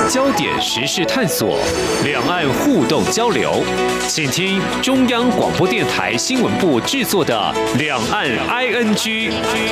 焦点时事探索，两岸互动交流，请听中央广播电台新闻部制作的《两岸 ING》。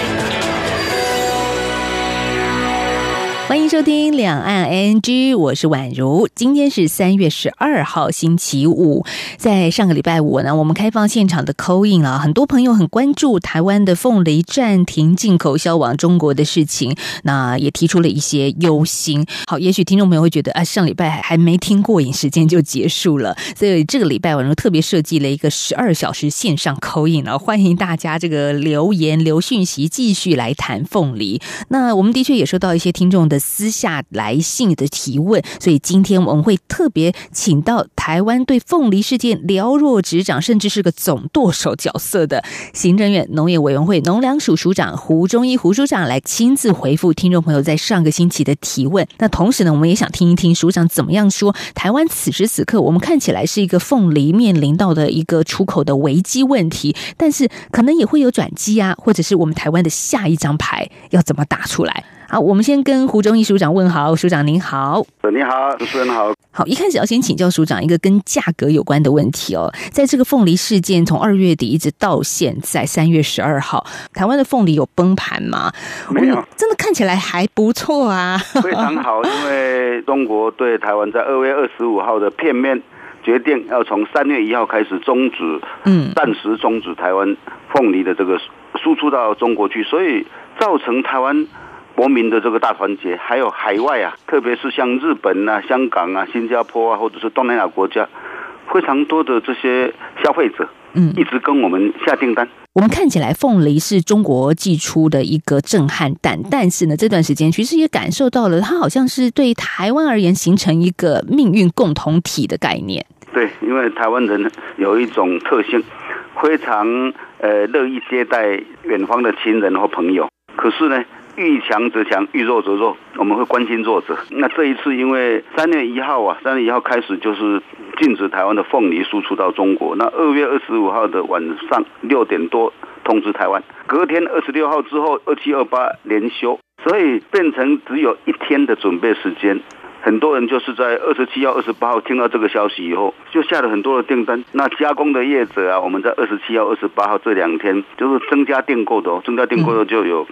欢迎收听两岸 ING， 我是婉如。今天是3月12号星期五，在上个礼拜五呢，我们开放现场的 call in 很多朋友很关注台湾的凤梨暂停进口销往中国的事情，那也提出了一些忧心。好，也许听众朋友会觉得上礼拜还没听过瘾，时间就结束了，所以这个礼拜婉如特别设计了一个12小时线上 call in 欢迎大家这个留言留讯息，继续来谈凤梨。那我们的确也收到一些听众的私下来信的提问，所以今天我们会特别请到台湾对凤梨事件了若指掌，甚至是个总舵手角色的行政院农业委员会农粮署署长胡忠一胡署长来亲自回复听众朋友在上个星期的提问。那同时呢，我们也想听一听署长怎么样说台湾此时此刻我们看起来是一个凤梨面临到的一个出口的危机问题，但是可能也会有转机啊，或者是我们台湾的下一张牌要怎么打出来。好，我们先跟胡忠一署长问好。署长您好。 你好，主持人好。 好，一开始要先请教署长一个跟价格有关的问题哦。在这个凤梨事件从2月底一直到现在3月12号，台湾的凤梨有崩盘吗？ 没有， 真的看起来还不错啊， 非常好。因为中国对台湾在2月25号的片面决定，要从3月1号开始终止，暂时终止台湾凤梨的这个输出到中国去，所以造成台湾国民的这个大团结，还有海外啊，特别是像日本啊、香港啊、新加坡啊，或者是东南亚国家，非常多的这些消费者，一直跟我们下订单。 我们看起来凤梨是中国寄出的一个震撼弹，但是呢，这段时间其实也感受到了，它好像是对台湾而言形成一个命运共同体的概念。 对，因为台湾人有一种特性，非常乐意接待远方的亲人或朋友，可是呢，遇强则强，遇弱则弱，我们会关心弱者。那这一次因为3月1号开始就是禁止台湾的凤梨输出到中国，那2月25号的晚上6点多通知台湾，隔天26号之后27、28连休，所以变成只有1天的准备时间。很多人就是在27号、28号听到这个消息以后，就下了很多的订单。那加工的业者啊，我们在27号、28号这2天就是增加订购的增加订购的就有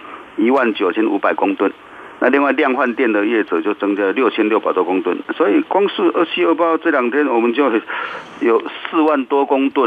19500公吨。那另外量贩店的业者就增加了6600多公吨，所以光是27、28号这2天，我们就有4万多公吨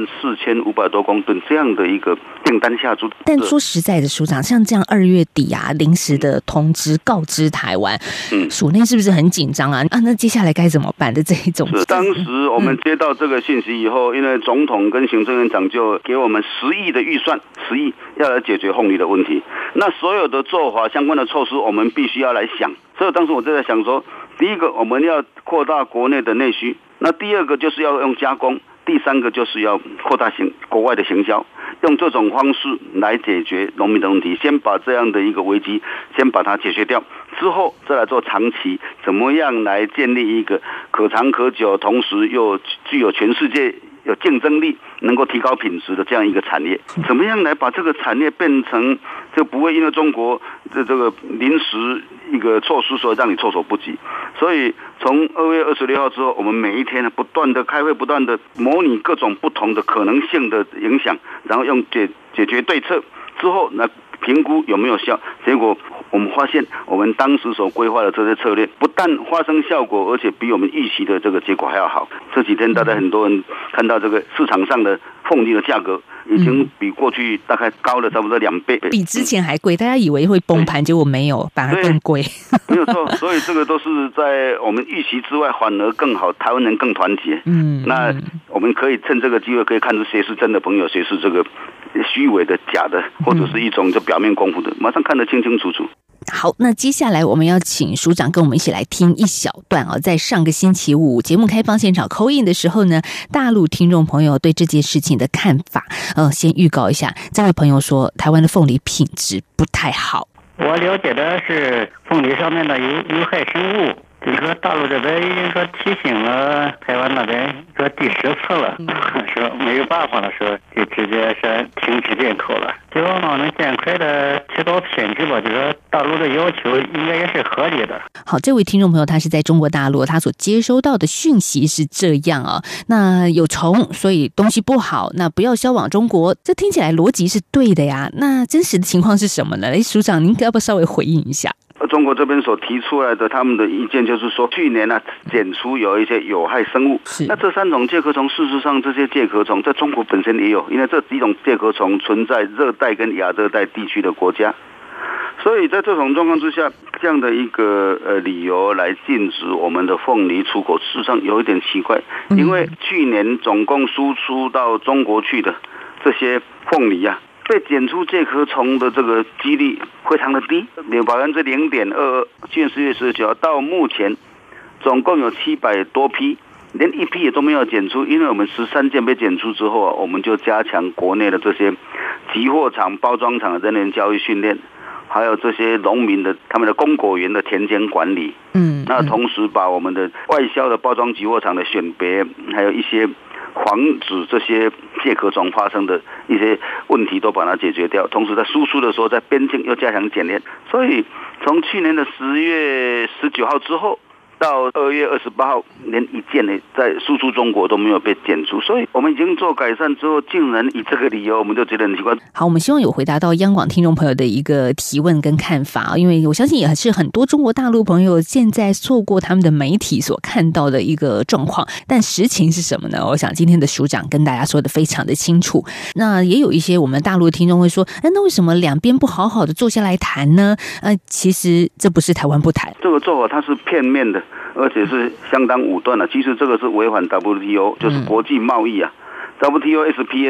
44500多公吨这样的一个订单下注。 但说实在的，署长，像这样2月底啊，临时的通知告知台湾，署内是不是很紧张啊？那接下来该怎么办的这一种？ 当时我们接到这个信息以后，因为总统跟行政院长就给我们10亿的预算，10亿要来解决凤梨的问题。那所有的做法相关的措施，我们必须要来想。所以当时我就在想说，第一个我们要扩大国内的内需，那第二个就是要用加工，第三个就是要扩大国外的行销，用这种方式来解决农民的问题。先把这样的一个危机先把它解决掉，之后再来做长期怎么样来建立一个可长可久，同时又具有全世界有竞争力，能够提高品质的这样一个产业。怎么样来把这个产业变成就不会因为中国的这个临时一个措施，所以让你措手不及。所以从2月26号之后，我们每一天不断的开会，不断的模拟各种不同的可能性的影响，然后用解决对策之后呢，评估有没有效。结果我们发现，我们当时所规划的这些策略不但发生效果，而且比我们预期的这个结果还要好。这几天大家很多人看到这个市场上的凤梨的价格已经比过去大概高了差不多2倍， 比之前还贵。大家以为会崩盘，结果没有，反而更贵。 没有错，所以这个都是在我们预期之外，反而更好，台湾人更团结。那我们可以趁这个机会，可以看出谁是真的朋友，谁是这个虚伪的、假的，或者是一种就表面功夫的，马上看得清清楚楚。 好，那接下来我们要请署长跟我们一起来听一小段在上个星期五节目开放现场 call in 的时候呢，大陆听众朋友对这件事情的看法。先预告一下，这位朋友说台湾的凤梨品质不太好。 我了解的是凤梨上面的有害生物就是说大陆这边已经说提醒了台湾那边说第10次了，说没有办法的时候就直接是停止进口了。希望我们尽快的提高品质吧，就是说大陆的要求应该也是合理的。 好，这位听众朋友他是在中国大陆，他所接收到的讯息是这样啊，那有虫，所以东西不好，那不要销往中国，这听起来逻辑是对的呀。那真实的情况是什么呢？署长，您要不要稍微回应一下？ 中国这边所提出来的他们的意见就是说，去年呢检出有一些有害生物，那这3种介壳虫，事实上这些介壳虫在中国本身也有，因为这几种介壳虫存在热带跟亚热带地区的国家，所以在这种状况之下，这样的一个理由来禁止我们的凤梨出口，事实上有一点奇怪，因为去年总共输出到中国去的这些凤梨啊，被检出介壳虫的这个几率非常的低，0.22%。去年10月19号到目前，总共有700多批，连一批也都没有检出。因为我们13件被检出之后啊，我们就加强国内的这些集货场、包装厂的人员教育训练，还有这些农民的他们的供果园的田间管理。那同时把我们的外销的包装集货厂的选别，还有一些防止这些介壳虫发生的一些问题都把它解决掉，同时在输出的时候，在边境又加强检验，所以从去年的10月19号之后到2月28号，连一件呢在输出中国都没有被检出，所以我们已经做改善之后，竟然以这个理由，我们就觉得很奇怪。 好，我们希望有回答到央广听众朋友的一个提问跟看法，因为我相信也是很多中国大陆朋友现在错过他们的媒体所看到的一个状况，但实情是什么呢？我想今天的署长跟大家说的非常的清楚。那也有一些我们大陆的听众会说，那为什么两边不好好的坐下来谈呢？其实这不是台湾不谈， 这个做法它是片面的，而且是相当武断的。其实这个是违反 WTO， 就是国际贸易啊。WTO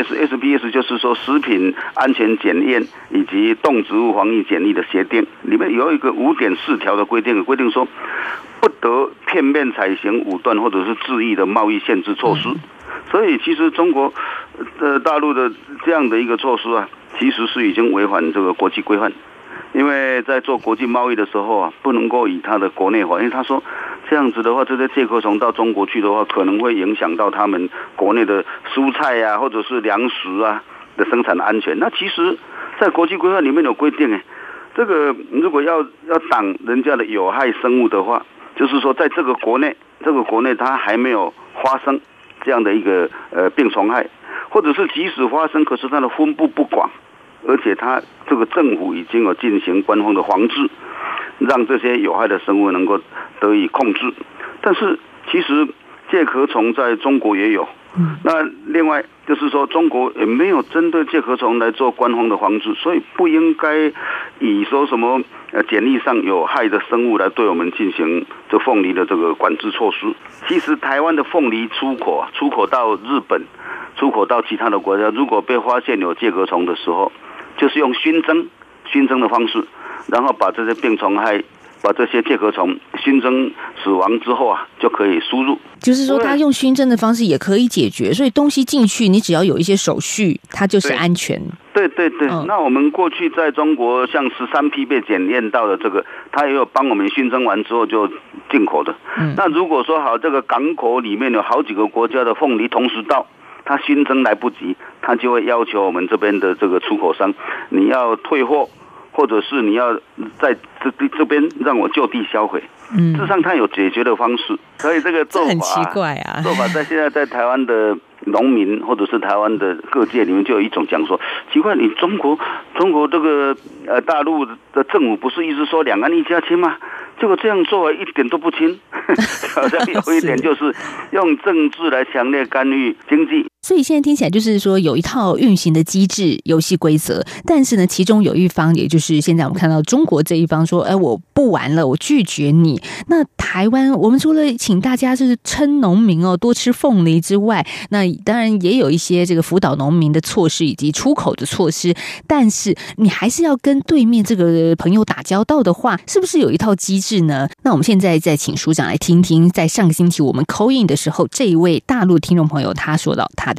SPS 就是说食品安全检验以及动植物防疫检疫的协定，里面有一个5.4条的规定说，不得片面采行武断或者是恣意的贸易限制措施。所以其实中国大陆的这样的一个措施啊，其实是已经违反这个国际规范。因为在做国际贸易的时候啊，不能够以他的国内法，因为他说这样子的话，这些介壳虫到中国去的话，可能会影响到他们国内的蔬菜啊，或者是粮食啊的生产安全。那其实，在国际规范里面有规定，这个如果要挡人家的有害生物的话，就是说在这个国内它还没有发生这样的一个病虫害，或者是即使发生，可是它的分布不广。而且它这个政府已经有进行官方的防治，让这些有害的生物能够得以控制。但是其实介壳虫在中国也有，那另外就是说中国也没有针对介壳虫来做官方的防治，所以不应该以说什么检疫上有害的生物来对我们进行这凤梨的这个管制措施。其实台湾的凤梨出口到日本，出口到其他的国家，如果被发现有介壳虫的时候，就是用熏蒸的方式，然后把这些病虫害、把这些介壳虫熏蒸死亡之后啊，就可以输入。 就是说，他用熏蒸的方式也可以解决，所以东西进去，你只要有一些手续，它就是安全。 对，那我们过去在中国像13批被检验到的这个，他也有帮我们熏蒸完之后就进口的。那如果说好，这个港口里面有好几个国家的凤梨同时到，他熏蒸来不及，他就会要求我们这边的这个出口商，你要退货，或者是你要在这边让我就地销毁。事实上他有解决的方式，所以这个做法很奇怪啊。做法在现在在台湾的农民或者是台湾的各界里面就有一种讲说，奇怪，你中国这个大陆的政府不是一直说两岸一家亲吗？结果这样做一点都不亲，好像有一点就是用政治来强烈干预经济。 所以现在听起来就是说有一套运行的机制、游戏规则，但是呢，其中有一方，也就是现在我们看到中国这一方说，我不玩了，我拒绝你。那台湾，我们除了请大家就是称农民多吃凤梨之外，那当然也有一些这个辅导农民的措施以及出口的措施，但是你还是要跟对面这个朋友打交道的话，是不是有一套机制呢？那我们现在再请署长来听听，在上个星期我们call in的时候，这一位大陆听众朋友他说到他的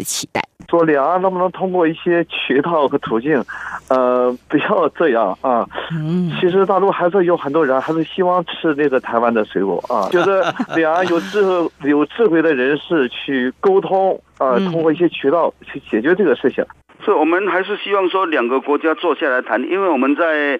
的期待？ 说两岸能不能通过一些渠道和途径，不要这样啊。其实大陆还是有很多人还是希望吃那个台湾的水果啊，觉得两岸有智慧的人士去沟通啊，通过一些渠道去解决这个事情。 所以我们还是希望说两个国家坐下来谈，因为我们在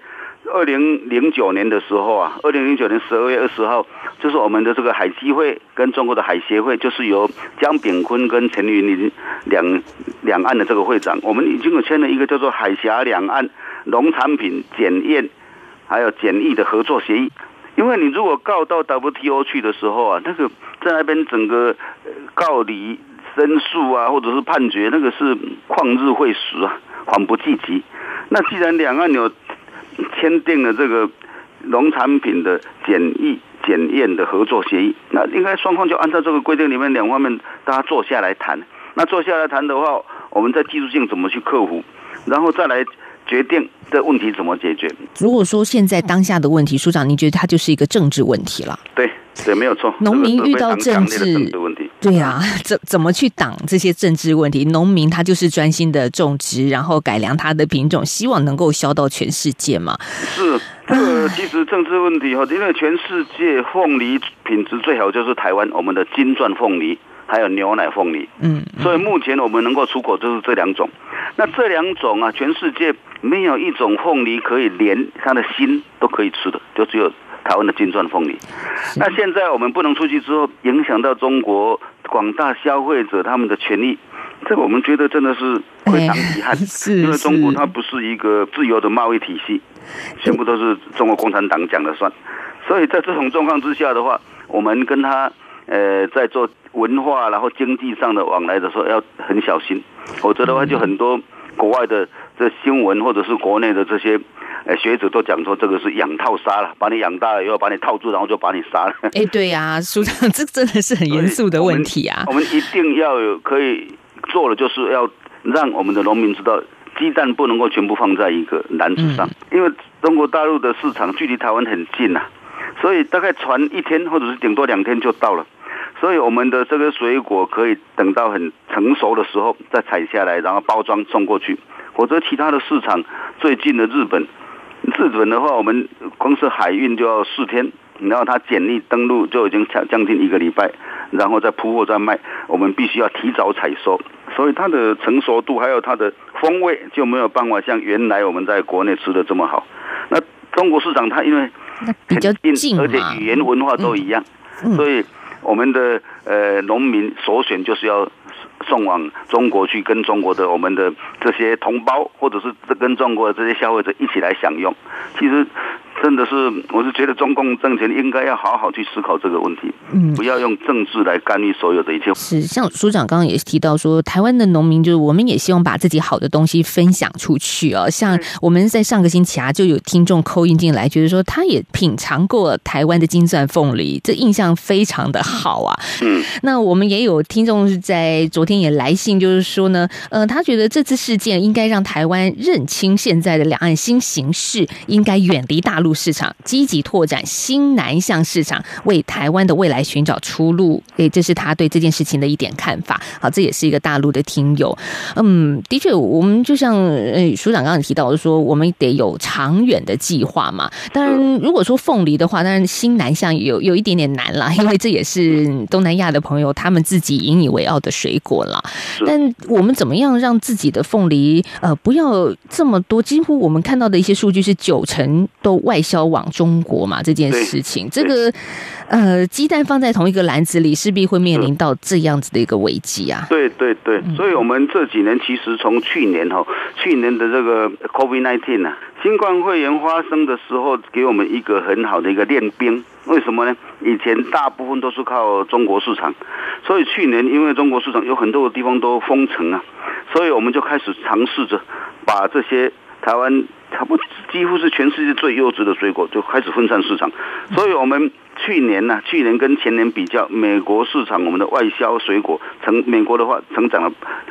2009年的时候啊，2009年12月20号，就是我们的这个海基会跟中国的海协会，就是由江炳坤跟陈云林两岸的这个会长，我们已经有签了一个叫做海峡两岸农产品检验还有检疫的合作协议。因为你如果告到 WTO 去的时候啊，那个在那边整个告离申诉啊，或者是判决，那个是旷日会时啊，缓不济急。那既然两岸有签订了这个农产品的检疫检验的合作协议，那应该双方就按照这个规定里面两方面大家坐下来谈。那坐下来谈的话，我们在技术性怎么去克服，然后再来决定这问题怎么解决。 如果说现在当下的问题，署长，您觉得它就是一个政治问题了？ 对，没有错。 农民遇到政治问题， 对啊，怎么去挡这些政治问题？农民他就是专心的种植，然后改良他的品种，希望能够销到全世界嘛。 是这个，其实政治问题哈，因为全世界凤梨品质最好就是台湾，我们的金钻凤梨。还有牛奶凤梨，所以目前我们能够出口就是这两种。那这两种啊，全世界没有一种凤梨可以连它的心都可以吃的，就只有台湾的金钻凤梨。那现在我们不能出去之后，影响到中国广大消费者他们的权益，这个我们觉得真的是非常遗憾。因为中国它不是一个自由的贸易体系，全部都是中国共产党讲了算。所以在这种状况之下的话，我们跟他在做文化然后经济上的往来的时候要很小心，否则的话就很多国外的这新闻或者是国内的这些学者都讲说这个是养套杀了，把你养大了以后把你套住，然后就把你杀了。 对啊，署长，这真的是很严肃的问题啊。 我们一定要有可以做的，就是要让我们的农民知道，鸡蛋不能够全部放在一个篮子上，因为中国大陆的市场距离台湾很近啊，所以大概船1天或者是顶多2天就到了。所以我们的这个水果可以等到很成熟的时候再采下来，然后包装送过去。否则其他的市场最近的日本的话，我们光是海运就要4天，然后它检疫登陆就已经将近1个礼拜，然后再铺货再卖，我们必须要提早采收，所以它的成熟度还有它的风味就没有办法像原来我们在国内吃的这么好。那中国市场它因为比较近， 而且语言文化都一样，所以我们的农民首选就是要送往中国去，跟中国的我们的这些同胞，或者是跟中国的这些消费者一起来享用。其实真的是，我是觉得中共政权应该要好好去思考这个问题，不要用政治来干预所有的一切。 是，像署长刚刚也提到说，台湾的农民就是我们也希望把自己好的东西分享出去啊。像我们在上个星期就有听众call in进来，觉得说他也品尝过台湾的金钻凤梨，这印象非常的好啊。那我们也有听众是在昨天也来信，就是说呢，他觉得这次事件应该让台湾认清现在的两岸新形势，应该远离大陆市场，积极拓展新南向市场，为台湾的未来寻找出路。这是他对这件事情的一点看法。好，这也是一个大陆的听友。的确，我们就像署长刚刚提到的说，我们得有长远的计划嘛。当然，如果说凤梨的话，当然新南向有一点点难啦，因为这也是东南亚的朋友他们自己引以为傲的水果啦。但我们怎么样让自己的凤梨不要这么多？几乎我们看到的一些数据是90%都外销往中国嘛，这件事情，这个鸡蛋放在同一个篮子里，势必会面临到这样子的一个危机啊。对， 所以我们这几年其实从去年的这个 COVID-19 啊，新冠肺炎发生的时候，给我们一个很好的一个练兵。为什么呢？以前大部分都是靠中国市场，所以去年因为中国市场有很多的地方都封城啊，所以我们就开始尝试着把这些台湾几乎是全世界最优质的水果就开始分散市场。所以我们去年跟前年比较，美国市场我们的外销水果美国的话成长了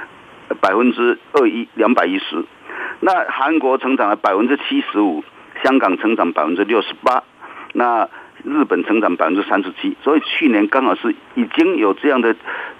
210%，那韩国成长了75%，香港成长68%，那日本成长37%，所以去年刚好是已经有这样的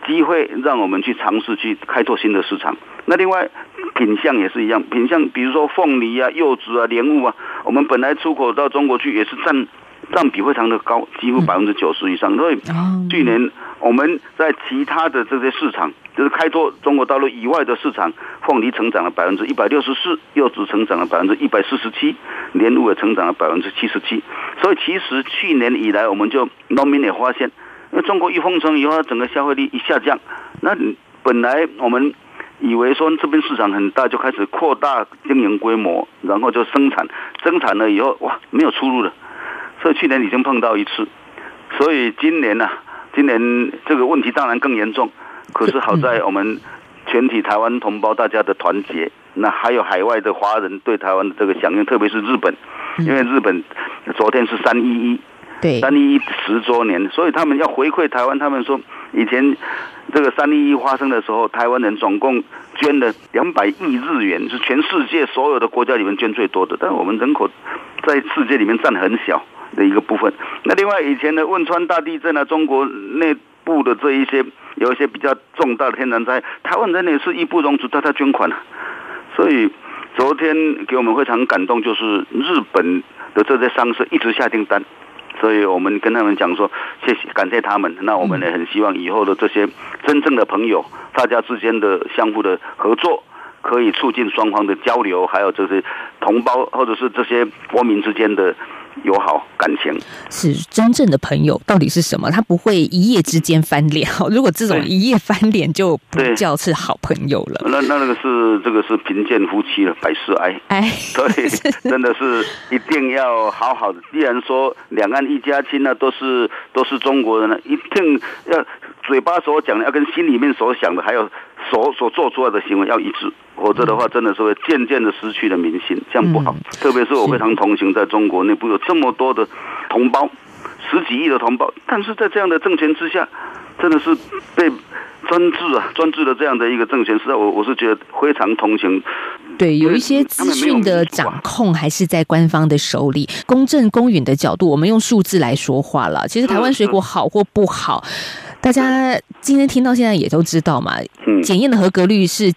机会让我们去尝试去开拓新的市场。那另外品项也是一样，品项比如说凤梨啊、柚子啊、莲雾啊，我们本来出口到中国去也是占比非常的高，几乎90%以上。所以去年我们在其他的这些市场，就是开拓中国大陆以外的市场，凤梨成长了164%，柚子成长了147%，莲雾也成长了77%。所以其实去年以来，我们就农民也发现，因为中国一封城以后，整个消费力一下降，那本来我们以为说这边市场很大，就开始扩大经营规模，然后就生产了以后，哇，没有出路了。所以去年已经碰到一次，所以今年这个问题当然更严重。可是好在我们全体台湾同胞大家的团结，那还有海外的华人对台湾的这个响应，特别是日本，因为日本昨天是311，对311 10周年，所以他们要回馈台湾。他们说以前这个311发生的时候，台湾人总共捐了200亿日元，是全世界所有的国家里面捐最多的，但是我们人口在世界里面占很小的一个部分。那另外以前的汶川大地震啊，中国内部的这一些有一些比较重大的天然灾，台湾人也是义不容辞，大家捐款啊。所以昨天给我们非常感动，就是日本的这些商社一直下订单，所以我们跟他们讲说谢谢，感谢他们。那我们也很希望以后的这些真正的朋友，大家之间的相互的合作，可以促进双方的交流，还有这些同胞或者是这些国民之间的友好感情。 是真正的朋友到底是什么？他不会一夜之间翻脸，如果这种一夜翻脸就不叫是好朋友了。 这个是贫贱夫妻了，百事哀。所以真的是一定要好好的。既然说两岸一家亲呢，都是中国人呢，一定要嘴巴所讲的要跟心里面所想的，还有所做出来的行为要一致，否则的话真的是会渐渐的失去了民心，这样不好。特别是我非常同情在中国内部有这么多的同胞，10几亿的同胞，但是在这样的政权之下，真的是被专制的这样的一个政权，实在我是觉得非常同情。 对，有一些资讯的掌控还是在官方的手里，公正公允的角度，我们用数字来说话了。其实台湾水果好或不好，大家今天听到现在也都知道嘛，检验的合格率是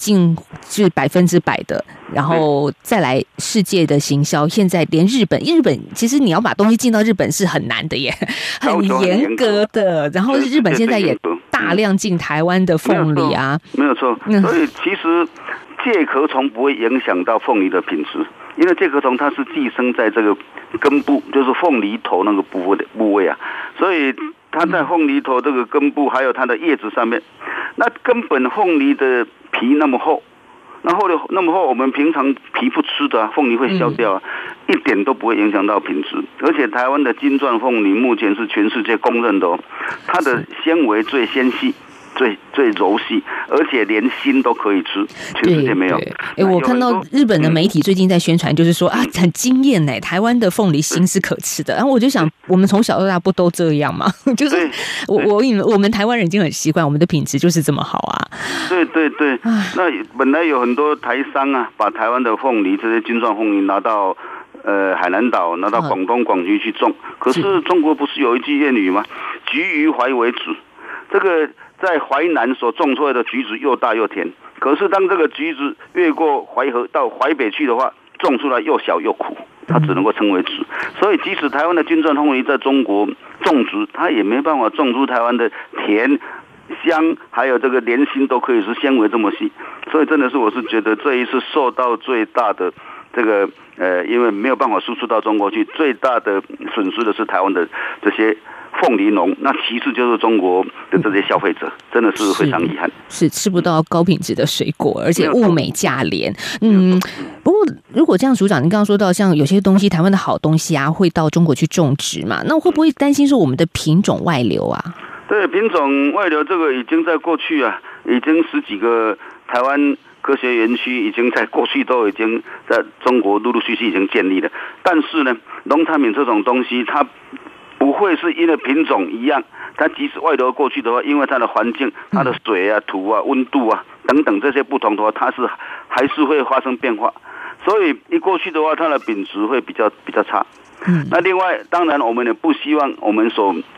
100%的，然后再来世界的行销，现在连日本其实你要把东西进到日本是很难的耶，很严格的。然后日本现在也大量进台湾的凤梨啊， 没有错。所以其实介壳虫不会影响到凤梨的品质，因为介壳虫它是寄生在这个根部，就是凤梨头那个部位啊，所以它在凤梨头这个根部还有它的叶子上面，那根本凤梨的皮那么厚，那么厚，我们平常皮不吃的凤梨会消掉啊，一点都不会影响到品质。而且台湾的金钻凤梨目前是全世界公认的哦，它的纤维最纤细。最柔细，而且连心都可以吃，全世界没有。 我看到日本的媒体最近在宣传，就是说很惊艳哎，台湾的凤梨心是可吃的。然后我就想，我们从小到大不都这样吗？就是我们台湾人已经很习惯，我们的品质就是这么好啊。 对，那本来有很多台商啊，把台湾的凤梨这些金钻凤梨拿到海南岛，拿到广东广西去种。可是中国不是有一句谚语吗？橘于淮为枳。这个在淮南所种出来的橘子又大又甜，可是当这个橘子越过淮河到淮北去的话，种出来又小又苦，它只能够称为枳。所以即使台湾的金钻凤梨在中国种植，它也没办法种出台湾的甜香，还有这个连心都可以是纤维这么细。所以真的是我是觉得这一次受到最大的这个因为没有办法输出到中国去，最大的损失的是台湾的这些凤梨农，那其次就是中国的这些消费者，真的是非常遗憾， 是吃不到高品质的水果，而且物美价廉。不过如果这样，署长您刚刚说到，像有些东西台湾的好东西啊，会到中国去种植嘛，那会不会担心说我们的品种外流啊？ 对，品种外流这个已经在过去啊，已经10几个台湾科学园区已经在过去都已经在中国陆陆续续已经建立了。但是呢，农产品这种东西它不会是因为品种一样，它即使外流过去的话，因为它的环境、它的水啊、土啊、温度啊等等这些不同的话，它是还是会发生变化。所以一过去的话，它的品质会比较差。那另外，当然我们也不希望我们所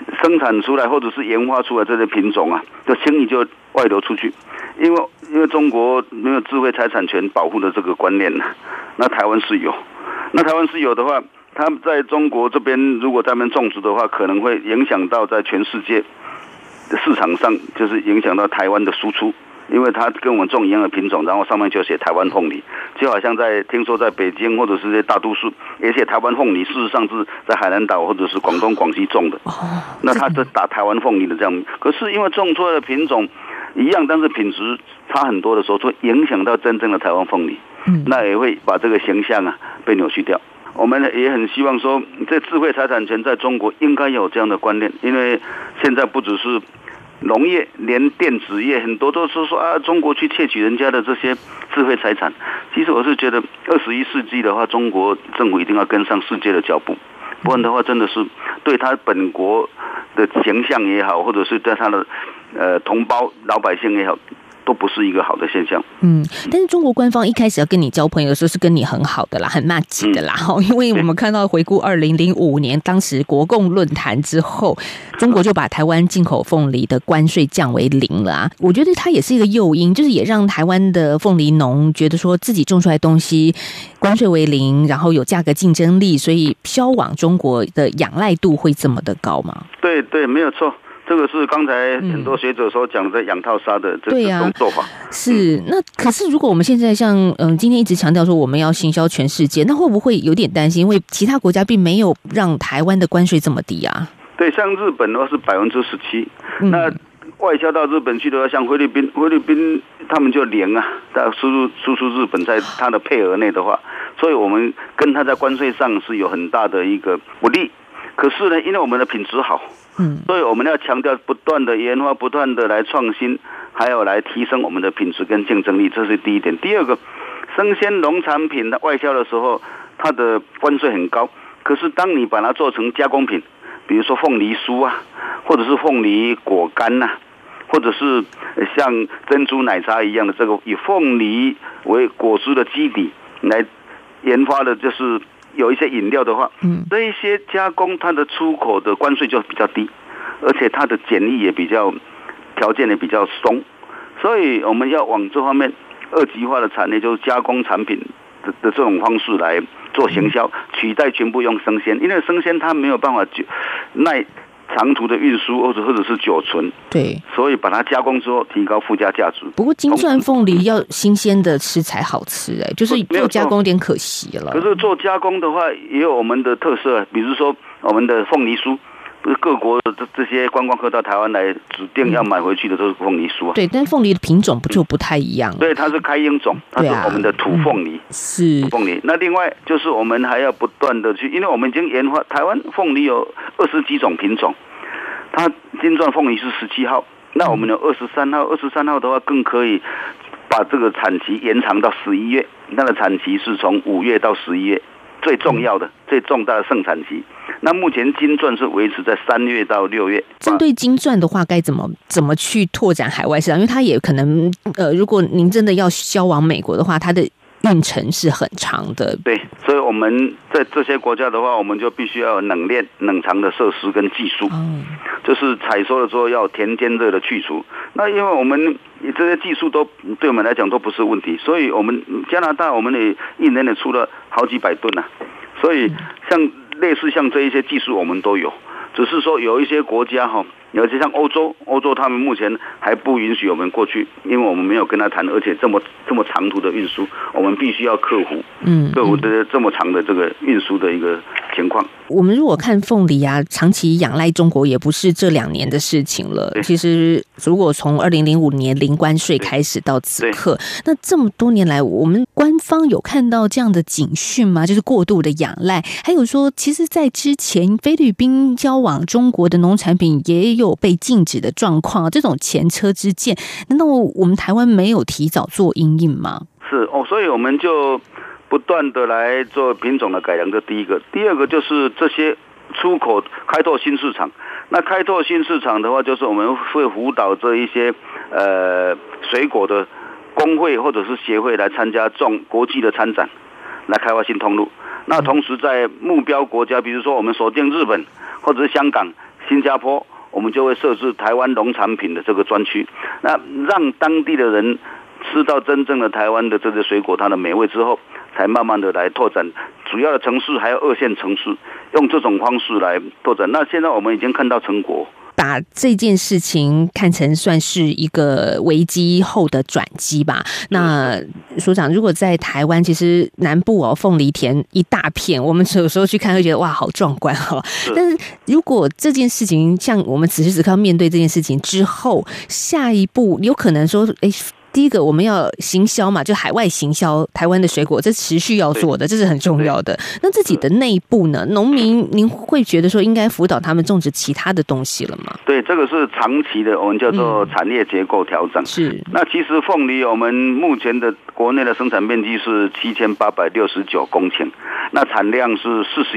生产出来或者是研发出来这些品种啊，就轻易就外流出去，因为中国没有智慧财产权保护的这个观念呢，那台湾是有，那台湾是有的话，它在中国这边如果在那边种植的话，可能会影响到在全世界市场上，就是影响到台湾的输出。因为它跟我们种一样的品种，然后上面就写台湾凤梨，就好像听说在北京或者是这些大都市也写台湾凤梨，事实上是在海南岛或者是广东、广西种的。那它是打台湾凤梨的这样，可是因为种出来的品种一样，但是品质差很多的时候，就影响到真正的台湾凤梨，那也会把这个形象啊被扭曲掉。我们也很希望说，这智慧财产权在中国应该有这样的观念，因为现在不只是农业，连电子业很多都是说啊，中国去窃取人家的这些智慧财产。其实我是觉得21世纪的话，中国政府一定要跟上世界的脚步，不然的话真的是对他本国的形象也好，或者是对他的同胞老百姓也好，都不是一个好的现象。 但是中国官方一开始要跟你交朋友的时候是跟你很好的啦，很麻吉的啦。因为我们看到回顾2005年当时国共论坛之后，中国就把台湾进口凤梨的关税降为0了啊。我觉得它也是一个诱因，就是也让台湾的凤梨农觉得说自己种出来的东西关税为0，然后有价格竞争力，所以销往中国的仰赖度会这么的高吗？ 对对，没有错。这个是刚才很多学者所讲的养套杀的这种做法。 是，那可是如果我们现在像今天一直强调说我们要行销全世界，那会不会有点担心？因为其他国家并没有让台湾的关税这么低啊。 对，像日本的话是17%，那外销到日本去的话，像菲律宾他们就0啊，但输出日本在它的配额内的话，所以我们跟它在关税上是有很大的一个不利。可是呢，因为我们的品质好，所以我们要强调不断的研发，不断的来创新，还有来提升我们的品质跟竞争力，这是第一点。第二个，生鲜农产品的外销的时候，它的关税很高，可是当你把它做成加工品，比如说凤梨酥啊，或者是凤梨果干啊，或者是像珍珠奶茶一样的这个以凤梨为果汁的基底来研发的，就是有一些饮料的话，这一些加工它的出口的关税就比较低，而且它的检疫也比较条件也比较松，所以我们要往这方面2级化的产业，就是加工产品的这种方式来做行销，取代全部用生鲜，因为生鲜它没有办法耐长途的运输或者是久存， 对， 所以把它加工之后提高附加价值。 不过金钻凤梨要新鲜的吃才好吃，就是做加工有点可惜了。 可是做加工的话也有我们的特色，比如说我们的凤梨酥，不是各国的这些观光客到台湾来指定要买回去的都是凤梨酥啊。 对，但凤梨的品种就不太一样。 对，它是开英种，它是我们的土凤梨， 是土凤梨。那另外就是我们还要不断的去，因为我们已经研发台湾凤梨有20几种品种，它金钻凤梨是17号，那我们有23号，23号的话更可以把这个产期延长到11月，它的产期是从5月到11月。最重要的、最重大的盛产期，那目前金钻是维持在3月到6月。 针对金钻的话，该怎么去拓展海外市场？因为它也可能如果您真的要销往美国的话，它的运程是很长的。 对，所以我们在这些国家的话，我们就必须要有冷藏的设施跟技术，就是采收的时候要田间热的去除。那因为我们这些技术都对我们来讲都不是问题，所以我们加拿大我们也一年也出了好几百吨啊，所以类似像这一些技术我们都有，只是说有一些国家尤其像欧洲他们目前还不允许我们过去，因为我们没有跟他谈，而且这么长途的运输，我们必须要克服这么长的这个运输的一个情况。 我们如果看凤梨啊，长期仰赖中国也不是这2年的事情了。其实如果从2005年零关税开始到此刻，那这么多年来，我们官方有看到这样的警讯吗？就是过度的仰赖，还有说，其实在之前菲律宾交往中国的农产品也有被禁止的状况，这种前车之鉴，难道我们台湾没有提早做因应吗？ 是所以我们就不断的来做品种的改良，这第一个。第二个就是这些出口开拓新市场。那开拓新市场的话，就是我们会辅导这一些水果的工会或者是协会来参加国际的参展，来开发新通路。那同时在目标国家，比如说我们锁定日本或者是香港， 新加坡，我们就会设置台湾农产品的这个专区，那让当地的人吃到真正的台湾的这些水果它的美味之后，才慢慢的来拓展主要的城市还有2线城市，用这种方式来拓展。那现在我们已经看到成果。 把这件事情看成算是一个危机后的转机吧。那所长，如果在台湾，其实南部凤梨田一大片，我们有时候去看会觉得哇，好壮观哦。但是如果这件事情像我们此时此刻要面对这件事情之后，下一步有可能说，第一个我们要行销嘛，就海外行销台湾的水果，这持续要做的，这是很重要的。那自己的内部呢，农民您会觉得说应该辅导他们种植其他的东西了吗？ 对，这个是长期的，我们叫做产业结构调整。 是。那其实凤梨我们目前的国内的生产面积是7869公顷，那产量是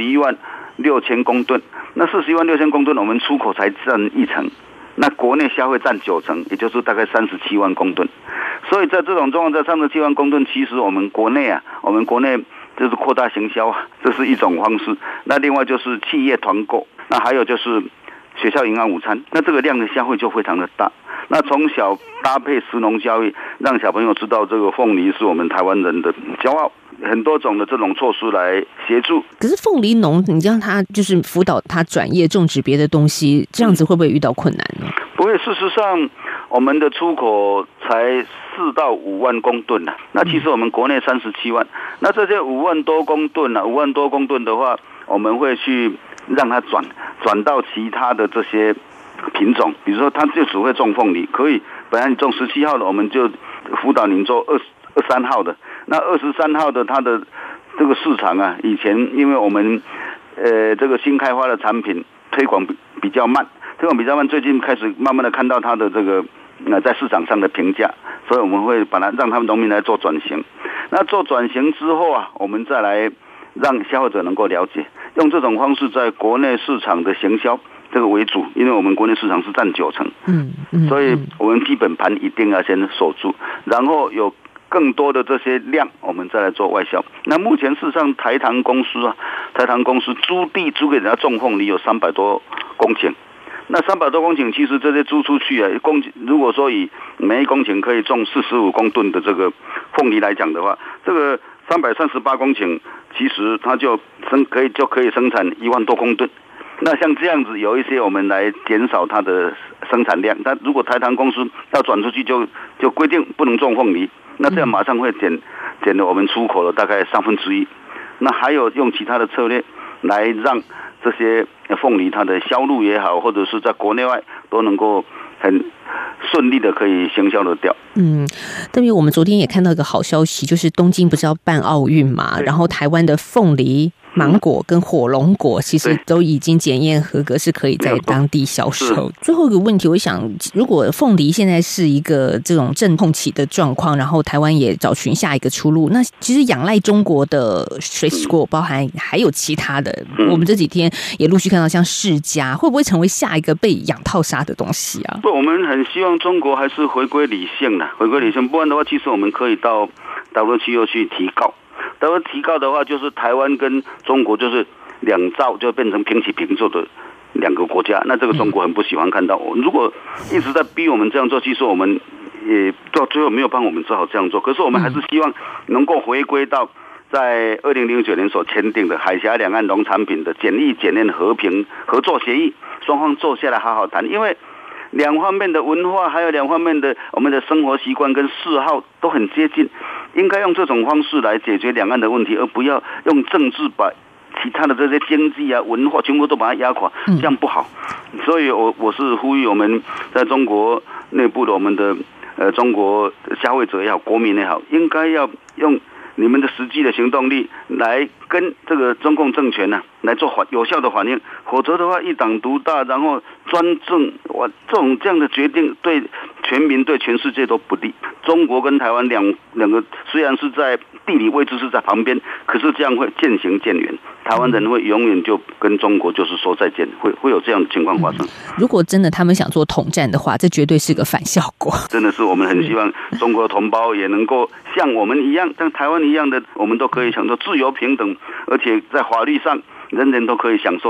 416000公吨。那416000公吨，我们出口才占1成。那国内消费占90%，也就是大概37万公吨。所以在这种状况，在37万公吨，其实我们国内就是扩大行销，这是一种方式。那另外就是企业团购，那还有就是学校营养午餐，那这个量的消费就非常的大。那从小搭配食农教育，让小朋友知道这个凤梨是我们台湾人的骄傲。很多种的这种措施来协助。 可是凤梨农，你让他就是辅导他转业种植别的东西，这样子会不会遇到困难呢？ 不会，事实上我们的出口才4到5万公吨啊。那其实我们国内37万，那这些5万多公吨啊，5万多公吨的话，我们会去让它转到其他的这些品种，比如说他就只会种凤梨，可以本来你种17号的，我们就辅导您做23号的。那23号的它的这个市场啊，以前因为我们这个新开发的产品推广比较慢，最近开始慢慢的看到它的这个在市场上的评价，所以我们会把它让他们农民来做转型。那做转型之后啊，我们再来让消费者能够了解，用这种方式在国内市场的行销这个为主，因为我们国内市场是占90%，所以我们基本盘一定要先守住，然后有更多的这些量，我们再来做外销。那目前事实上台糖公司租地租给人家种凤梨有300多公顷，那300多公顷其实这些租出去啊，如果说以每一公顷可以种45公吨的这个凤梨来讲的话，这个338公顷其实它就可以生产1万多公吨。那像这样子有一些我们来减少它的生产量，但如果台糖公司要转出去就规定不能种凤梨，那这样马上会减了我们出口的大概1/3。那还有用其他的策略来让这些凤梨它的销路也好，或者是在国内外都能够很顺利的可以行销得掉。 特别我们昨天也看到一个好消息，就是东京不是要办奥运嘛，然后台湾的凤梨、芒果跟火龙果其实都已经检验合格，是可以在当地销售。最后一个问题，我想，如果凤梨现在是一个这种阵痛期的状况，然后台湾也找寻下一个出路，那其实仰赖中国的水果，包含还有其他的，我们这几天也陆续看到像释迦，会不会成为下一个被养套杀的东西啊？ 不，我们很希望中国还是回归理性的，不然的话，其实我们可以到WTO去提告。提告的话，就是台湾跟中国就是2兆就变成平起平坐的2个国家，那这个中国很不喜欢看到。如果一直在逼我们这样做，其实我们也到最后没有办法，我们只好这样做。可是我们还是希望能够回归到在2009年所签订的海峡两岸农产品的检疫检验和平合作协议，双方坐下来好好谈，因为两方面的文化，还有两方面的我们的生活习惯跟嗜好都很接近，应该用这种方式来解决两岸的问题，而不要用政治把其他的这些经济啊、文化全部都把它压垮，这样不好。所以我是呼吁我们在中国内部的我们的中国消费者也好，国民也好，应该要用你们的实际的行动力来跟这个中共政权呢来做有效的反应，否则的话一党独大，然后专政，这样的决定对全民对全世界都不利。中国跟台湾两个虽然是在地理位置是在旁边，可是这样会渐行渐远，台湾人会永远就跟中国就是说再见，会有这样的情况发生。 如果真的他们想做统战的话，这绝对是个反效果。 真的是我们很希望中国同胞也能够像我们一样，像台湾一样的，我们都可以享受自由平等，而且在法律上人人都可以享受到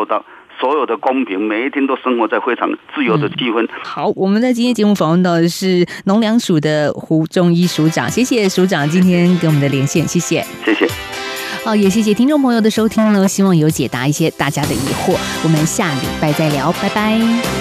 所有的公平，每一天都生活在非常自由的气氛。 好，我们在今天节目访问到的是农粮署的胡仲一署长，谢谢署长今天跟我们的连线，谢谢， 谢谢。 好，也谢谢听众朋友的收听呢，希望有解答一些大家的疑惑，我们下礼拜再聊，拜拜。